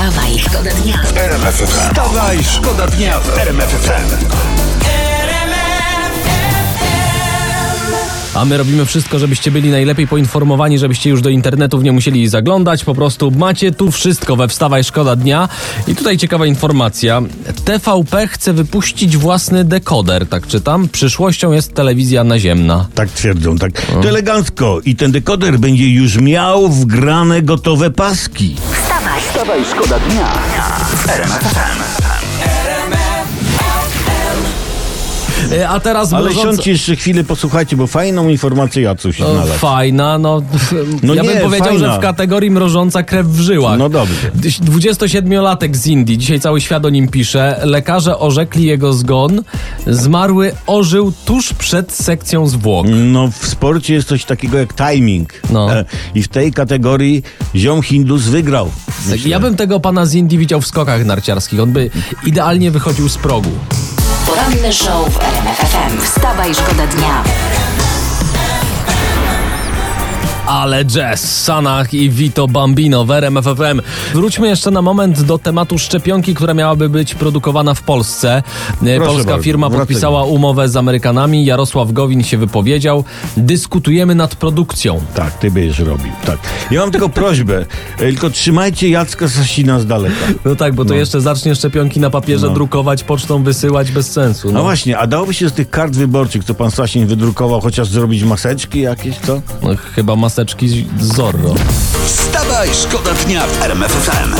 Wstawaj, szkoda dnia w RMF FM. Wstawaj, szkoda dnia w RMF FM. A my robimy wszystko, żebyście byli najlepiej poinformowani, żebyście już do internetów nie musieli zaglądać. Po prostu macie tu wszystko we Wstawaj, szkoda dnia. I tutaj ciekawa informacja. TVP chce wypuścić własny dekoder, tak czytam. Przyszłością jest telewizja naziemna. Tak twierdzą, tak. To elegancko. I ten dekoder będzie już miał wgrane gotowe paski. Wstawaj, szkoda dnia w RMF FM. A teraz Ale mrożąca... siądźcie jeszcze chwilę, posłuchajcie, bo fajną informację Jacuś znalazł. Fajna, No ja nie, bym powiedział, fajna. że w kategorii mrożąca krew w żyłach. No dobrze. 27-latek z Indii, dzisiaj cały świat o nim pisze. Lekarze orzekli jego zgon. Zmarły ożył tuż przed sekcją zwłok. No w sporcie jest coś takiego jak timing. No. I w tej kategorii ziom Hindus wygrał. Myślę. Ja bym tego pana z Indii widział w skokach narciarskich. On by idealnie wychodził z progu. Poranny show w RMF FM. Wstawaj, szkoda dnia. Ale jazz, Sanach i Vito Bambino w RMF FM. Wróćmy jeszcze na moment do tematu szczepionki, która miałaby być produkowana w Polsce. Polska bardzo, firma wracaj. podpisała umowę z Amerykanami. Jarosław Gowin się wypowiedział. Dyskutujemy nad produkcją. Tak, ty będziesz robił. Tak. Ja mam tylko prośbę, tylko trzymajcie Jacka Sasina z daleka. No tak, bo to jeszcze zacznie szczepionki na papierze drukować, pocztą wysyłać bez sensu. No właśnie, a dałoby się z tych kart wyborczych, co pan Sasin wydrukował, chociaż zrobić maseczki jakieś, co? No, chyba maseczki z Zorro. Wstawaj, szkoda dnia w RMF FM.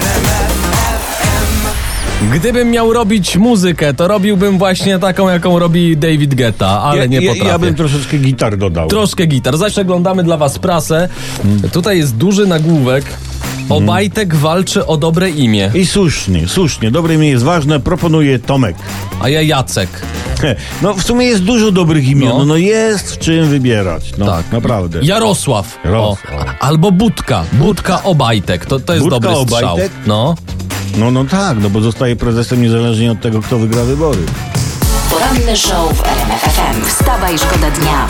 Gdybym miał robić muzykę, to robiłbym właśnie taką, jaką robi David Guetta, ale nie potrafię. Ja bym troszeczkę gitar dodał. Troszkę gitar. Zaś przeglądamy dla was prasę. Tutaj jest duży nagłówek. Obajtek walczy o dobre imię, I słusznie. Dobre imię jest ważne, proponuje Tomek. a ja Jacek. No w sumie jest dużo dobrych imion, no jest w czym wybierać. No Tak. naprawdę. Jarosław. Jarosław. Albo Budka. Budka Obajtek. To jest Budka dobry strzał. Obajtek? No. No tak, bo zostaje prezesem niezależnie od tego, kto wygra wybory. Poranny show w RMF FM. Wstawaj, szkoda dnia.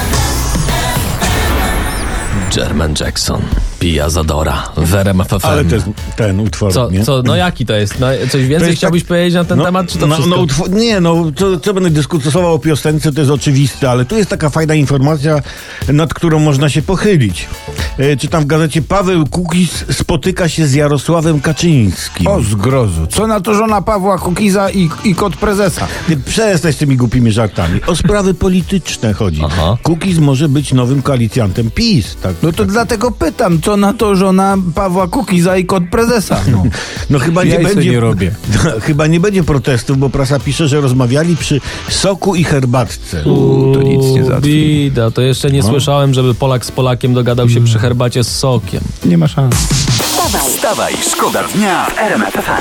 German Jackson. Pia Zadora. W RMF FM. Ale to jest ten utwór, nie? No jaki to jest? No, coś więcej jest chciałbyś powiedzieć na ten temat, czy to wszystko? Co będę dyskutował o piosence, to jest oczywiste, ale tu jest taka fajna informacja, nad którą można się pochylić. Czytam w gazecie, Paweł Kukiz spotyka się z Jarosławem Kaczyńskim. O zgrozu. Co na to żona Pawła Kukiza i kot prezesa? Ty przestań z tymi głupimi żartami. O sprawy polityczne chodzi. Aha. Kukiz może być nowym koalicjantem PiS. Tak, No to dlatego pytam, co na to żona Pawła Kukiza i kot prezesa? No chyba nie Jajce będzie. nie robię. Chyba nie będzie protestów, bo prasa pisze, że rozmawiali przy soku i herbatce. To nic nie załatwi. Bida, to jeszcze nie słyszałem, żeby Polak z Polakiem dogadał się przy herbacie z sokiem. Nie ma szans. Wstawaj, szkoda dnia w RMF FM.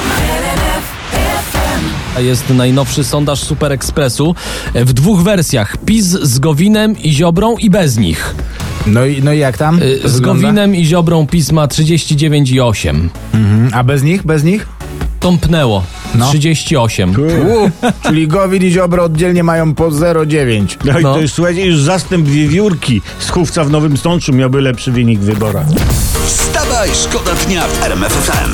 Jest najnowszy sondaż Super Expressu w dwóch wersjach. PiS z Gowinem i Ziobrą i bez nich. No i jak tam? Z wygląda? Gowinem i Ziobrą PiS ma 39,8. A bez nich? Bez nich? Tąpnęło. 38. Czyli Gowin i Ziobro oddzielnie mają po 0,9. No i No. to już, słuchajcie, już zastęp wiewiórki z Chówca w Nowym Sączu miałby lepszy wynik w wyborach. Wstawaj, szkoda dnia w RMF FM.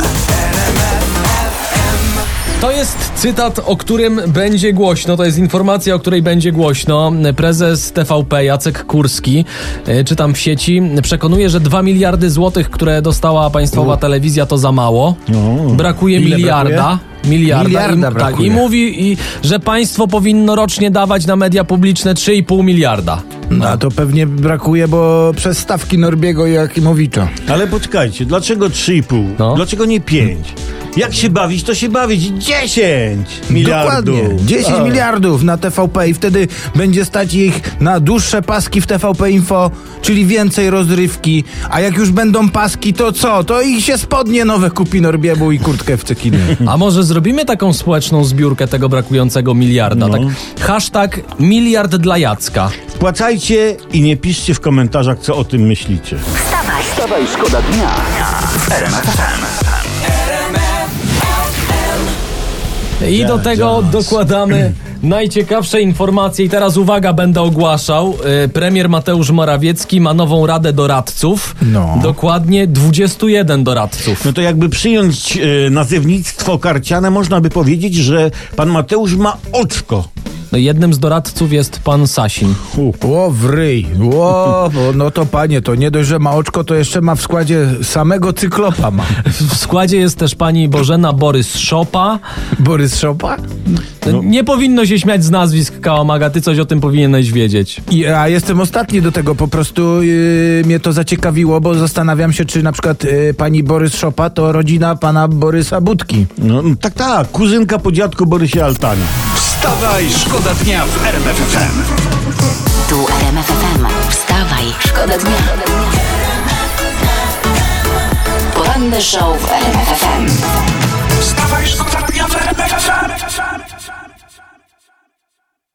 To jest cytat, o którym będzie głośno, to jest informacja, o której będzie głośno. Prezes TVP Jacek Kurski, czytam w sieci, przekonuje, że 2 miliardy złotych, które dostała państwowa telewizja, to za mało. Brakuje Ile miliarda. Miliarda brakuje. Tak, i mówi, że państwo powinno rocznie dawać na media publiczne 3,5 miliarda. No a to pewnie brakuje, bo przez stawki Norbiego i Jakimowicza. Ale poczekajcie, dlaczego 3,5? No. Dlaczego nie 5? Jak się bawić, to się bawić 10 miliardów. Dokładnie. 10 miliardów na TVP i wtedy będzie stać ich na dłuższe paski w TVP Info, czyli więcej rozrywki. A jak już będą paski, to co? To ich się spodnie nowe kupi Norbiemu i kurtkę w cekiny. A może zrobimy taką społeczną zbiórkę tego brakującego miliarda? Tak? Hashtag miliard dla Jacka. Wpłacajcie i nie piszcie w komentarzach, co o tym myślicie. Wstawaj, szkoda dnia w RMF FM. I do tego dokładamy najciekawsze informacje i teraz uwaga, będę ogłaszał. Premier Mateusz Morawiecki ma nową radę doradców. No. Dokładnie 21 doradców. No to jakby przyjąć nazewnictwo karciane, można by powiedzieć, że pan Mateusz ma oczko. No, jednym z doradców jest pan Sasin. O, w ryj. No to panie, to nie dość, że ma oczko, to jeszcze ma w składzie samego cyklopa ma. W składzie jest też pani Bożena Borys-Szopa. Borys Szopa? Nie powinno się śmiać z nazwisk, Kałamaga, ty coś o tym powinieneś wiedzieć. A jestem ostatni do tego, po prostu mnie to zaciekawiło, bo zastanawiam się, czy na przykład pani Borys Szopa to rodzina pana Borysa Budki. No tak, kuzynka po dziadku Borysie Altanie. Wstawaj, szkoda dnia w RMF FM. Tu RMF FM. Wstawaj, szkoda dnia. Poranny show w RMF FM. Wstawaj, szkoda dnia w RMF FM.